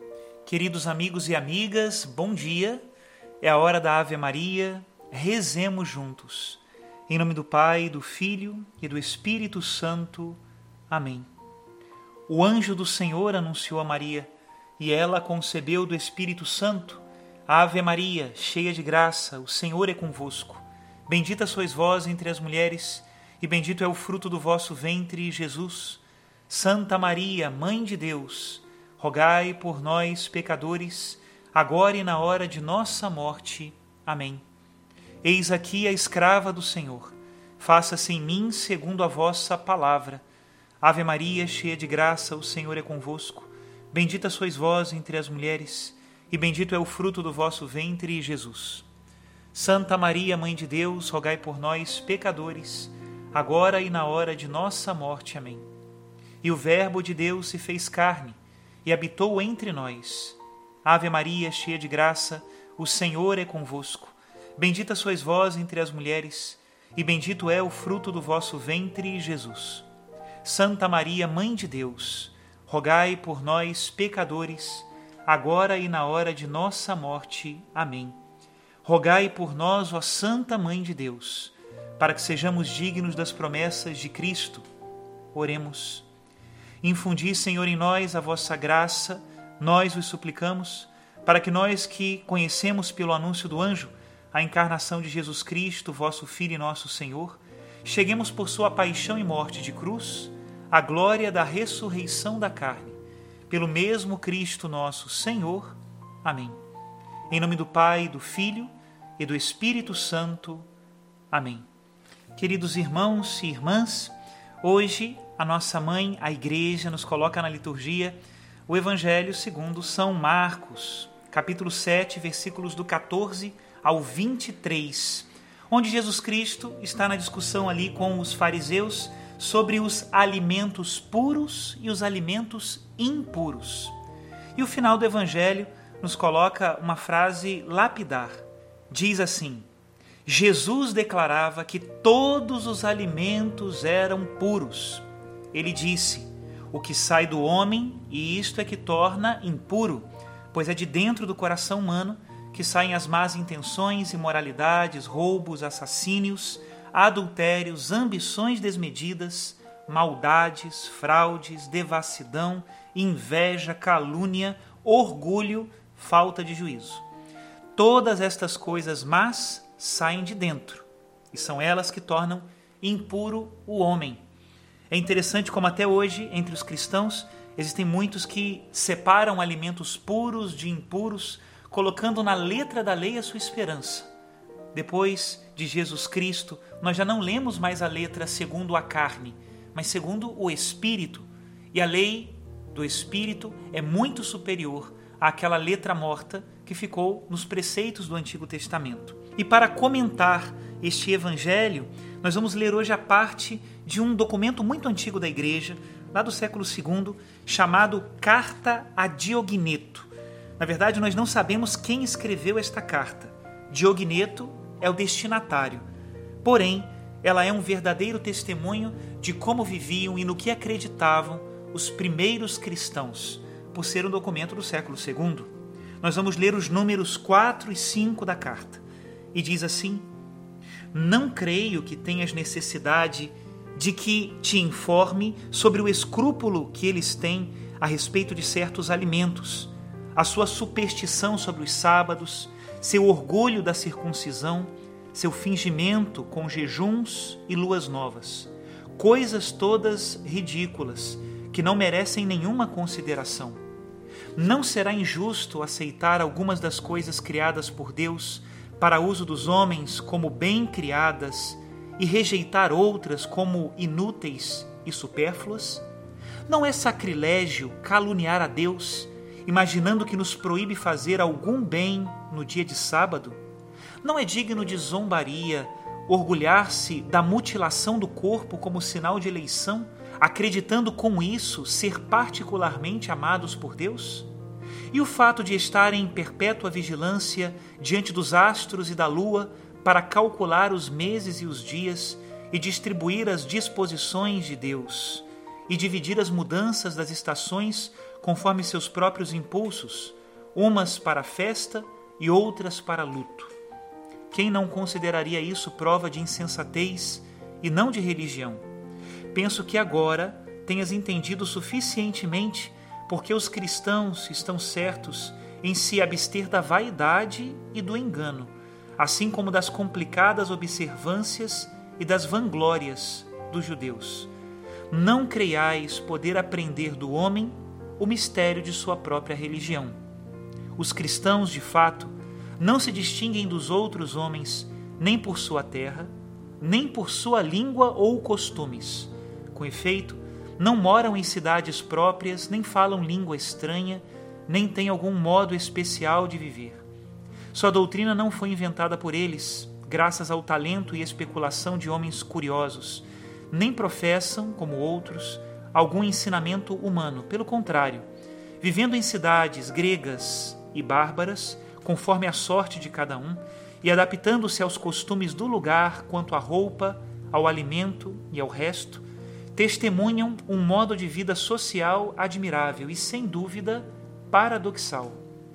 Queridos amigos e amigas, bom dia. É a hora da Ave Maria. Rezemos juntos. Em nome do Pai, do Filho e do Espírito Santo. Amém. O anjo do Senhor anunciou a Maria, e ela concebeu do Espírito Santo. Ave Maria, cheia de graça, o Senhor é convosco. Bendita sois vós entre as mulheres, e bendito é o fruto do vosso ventre, Jesus. Santa Maria, Mãe de Deus, rogai por nós, pecadores, agora e na hora de nossa morte. Amém. Eis aqui a escrava do Senhor. Faça-se em mim segundo a vossa palavra. Ave Maria, cheia de graça, o Senhor é convosco. Bendita sois vós entre as mulheres, e bendito é o fruto do vosso ventre, Jesus. Santa Maria, Mãe de Deus, rogai por nós, pecadores, agora e na hora de nossa morte. Amém. E o Verbo de Deus se fez carne e habitou entre nós. Ave Maria, cheia de graça, o Senhor é convosco. Bendita sois vós entre as mulheres, e bendito é o fruto do vosso ventre, Jesus. Santa Maria, Mãe de Deus, rogai por nós, pecadores, agora e na hora de nossa morte. Amém. Rogai por nós, ó Santa Mãe de Deus, para que sejamos dignos das promessas de Cristo. Oremos. Infundi, Senhor, em nós a vossa graça, nós vos suplicamos, para que nós que conhecemos pelo anúncio do anjo a encarnação de Jesus Cristo, vosso Filho e nosso Senhor, cheguemos por sua paixão e morte de cruz à glória da ressurreição da carne, pelo mesmo Cristo nosso Senhor. Amém. Em nome do Pai, do Filho e do Espírito Santo. Amém. Queridos irmãos e irmãs, hoje a nossa mãe, a Igreja, nos coloca na liturgia o Evangelho segundo São Marcos, capítulo 7, versículos do 14 ao 23, onde Jesus Cristo está na discussão ali com os fariseus sobre os alimentos puros e os alimentos impuros. E o final do Evangelho nos coloca uma frase lapidar. Diz assim: Jesus declarava que todos os alimentos eram puros. Ele disse: o que sai do homem, e isto é que torna impuro, pois é de dentro do coração humano que saem as más intenções, imoralidades, roubos, assassínios, adultérios, ambições desmedidas, maldades, fraudes, devassidão, inveja, calúnia, orgulho, falta de juízo. Todas estas coisas más saem de dentro, e são elas que tornam impuro o homem. É interessante como até hoje, entre os cristãos, existem muitos que separam alimentos puros de impuros, colocando na letra da lei a sua esperança. Depois de Jesus Cristo, nós já não lemos mais a letra segundo a carne, mas segundo o Espírito. E a lei do Espírito é muito superior àquela letra morta que ficou nos preceitos do Antigo Testamento. E para comentar este Evangelho, nós vamos ler hoje a parte de um documento muito antigo da Igreja, lá do século II, chamado Carta a Diogneto. Na verdade, nós não sabemos quem escreveu esta carta. Diogneto é o destinatário. Porém, ela é um verdadeiro testemunho de como viviam e no que acreditavam os primeiros cristãos, por ser um documento do século II. Nós vamos ler os números 4 e 5 da carta. E diz assim: não creio que tenhas necessidade de que te informe sobre o escrúpulo que eles têm a respeito de certos alimentos, a sua superstição sobre os sábados, seu orgulho da circuncisão, seu fingimento com jejuns e luas novas, coisas todas ridículas que não merecem nenhuma consideração. Não será injusto aceitar algumas das coisas criadas por Deus para uso dos homens como bem criadas e rejeitar outras como inúteis e supérfluas? Não é sacrilégio caluniar a Deus, imaginando que nos proíbe fazer algum bem no dia de sábado? Não é digno de zombaria orgulhar-se da mutilação do corpo como sinal de eleição, acreditando com isso ser particularmente amados por Deus? E o fato de estar em perpétua vigilância diante dos astros e da lua para calcular os meses e os dias e distribuir as disposições de Deus e dividir as mudanças das estações conforme seus próprios impulsos, umas para a festa e outras para luto. Quem não consideraria isso prova de insensatez e não de religião? Penso que agora tenhas entendido suficientemente porque os cristãos estão certos em se abster da vaidade e do engano, assim como das complicadas observâncias e das vanglórias dos judeus. Não creiais poder aprender do homem o mistério de sua própria religião. Os cristãos, de fato, não se distinguem dos outros homens nem por sua terra, nem por sua língua ou costumes. Com efeito, não moram em cidades próprias, nem falam língua estranha, nem têm algum modo especial de viver. Sua doutrina não foi inventada por eles, graças ao talento e especulação de homens curiosos, nem professam, como outros, algum ensinamento humano. Pelo contrário, vivendo em cidades gregas e bárbaras, conforme a sorte de cada um, e adaptando-se aos costumes do lugar quanto à roupa, ao alimento e ao resto, testemunham um modo de vida social admirável e, sem dúvida, paradoxal.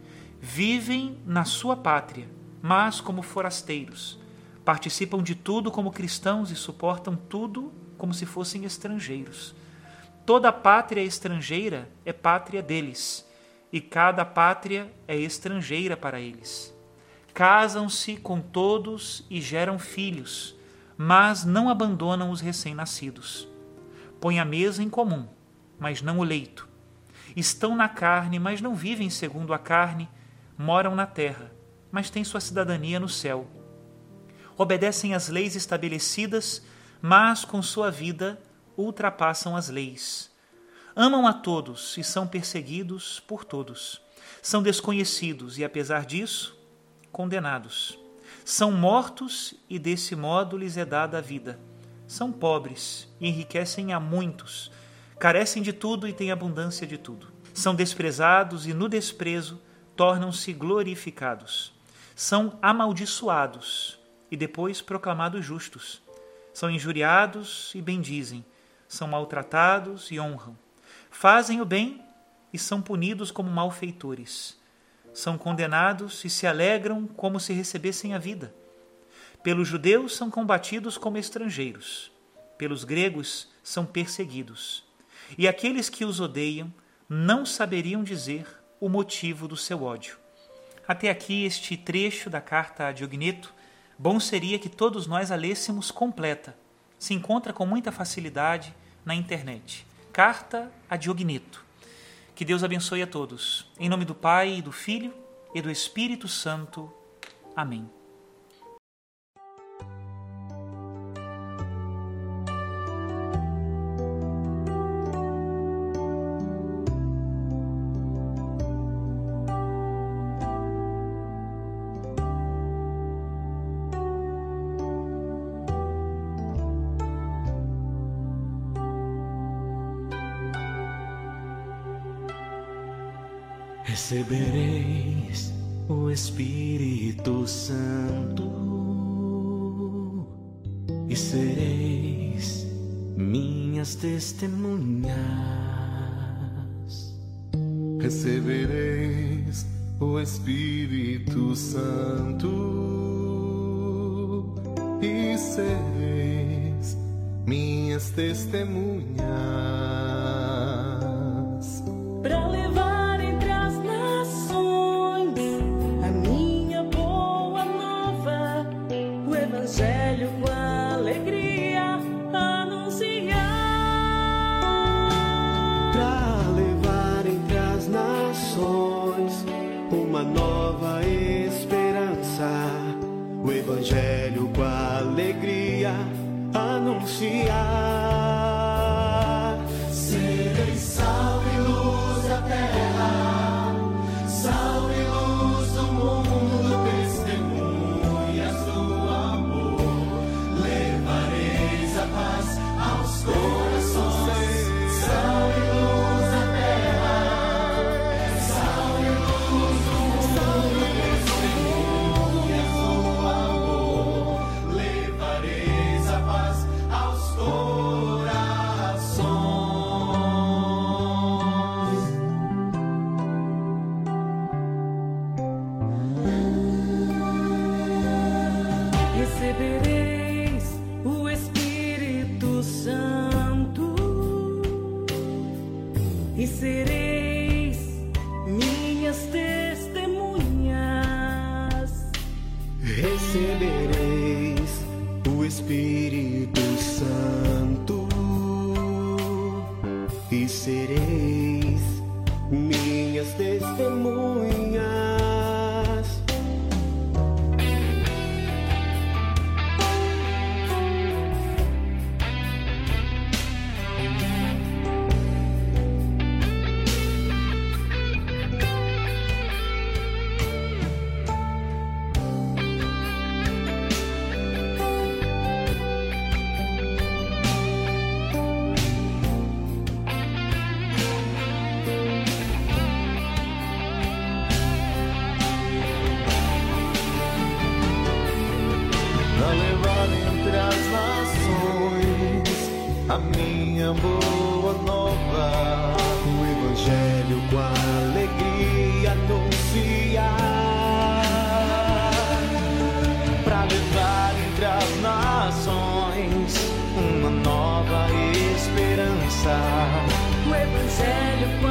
Vivem na sua pátria, mas como forasteiros. Participam de tudo como cristãos e suportam tudo como se fossem estrangeiros. Toda pátria estrangeira é pátria deles, e cada pátria é estrangeira para eles. Casam-se com todos e geram filhos, mas não abandonam os recém-nascidos. Põem a mesa em comum, mas não o leito. Estão na carne, mas não vivem segundo a carne. Moram na terra, mas têm sua cidadania no céu. Obedecem às leis estabelecidas, mas com sua vida ultrapassam as leis. Amam a todos e são perseguidos por todos. São desconhecidos e, apesar disso, condenados. São mortos e, desse modo, lhes é dada a vida. São pobres e enriquecem a muitos. Carecem de tudo e têm abundância de tudo. São desprezados e, no desprezo, tornam-se glorificados. São amaldiçoados e depois proclamados justos. São injuriados e bendizem. São maltratados e honram. Fazem o bem e são punidos como malfeitores. São condenados e se alegram como se recebessem a vida. Pelos judeus são combatidos como estrangeiros. Pelos gregos são perseguidos. E aqueles que os odeiam não saberiam dizer o motivo do seu ódio. Até aqui este trecho da carta a Diogneto. Bom seria que todos nós a lêssemos completa. Se encontra com muita facilidade na internet. Carta a Diogneto. Que Deus abençoe a todos. Em nome do Pai, e do Filho e do Espírito Santo. Amém. Recebereis o Espírito Santo e sereis minhas testemunhas. Recebereis o Espírito Santo e sereis minhas testemunhas. Para levar entre as nações a minha boa nova, o Evangelho com alegria anunciar. Para levar entre as nações uma nova esperança, o Evangelho com alegria anunciar. Sereis sal e luz da terra, sal e luz do mundo, testemunhas do amor. Levareis a paz aos corações. Sal e luz da terra, sal e luz do mundo, testemunhas do amor. Levareis a paz aos corações. minhas testemunhas. Pra levar entre as nações a minha boa nova, O Evangelho com alegria anunciar. pra levar entre as nações uma nova esperança. O Evangelho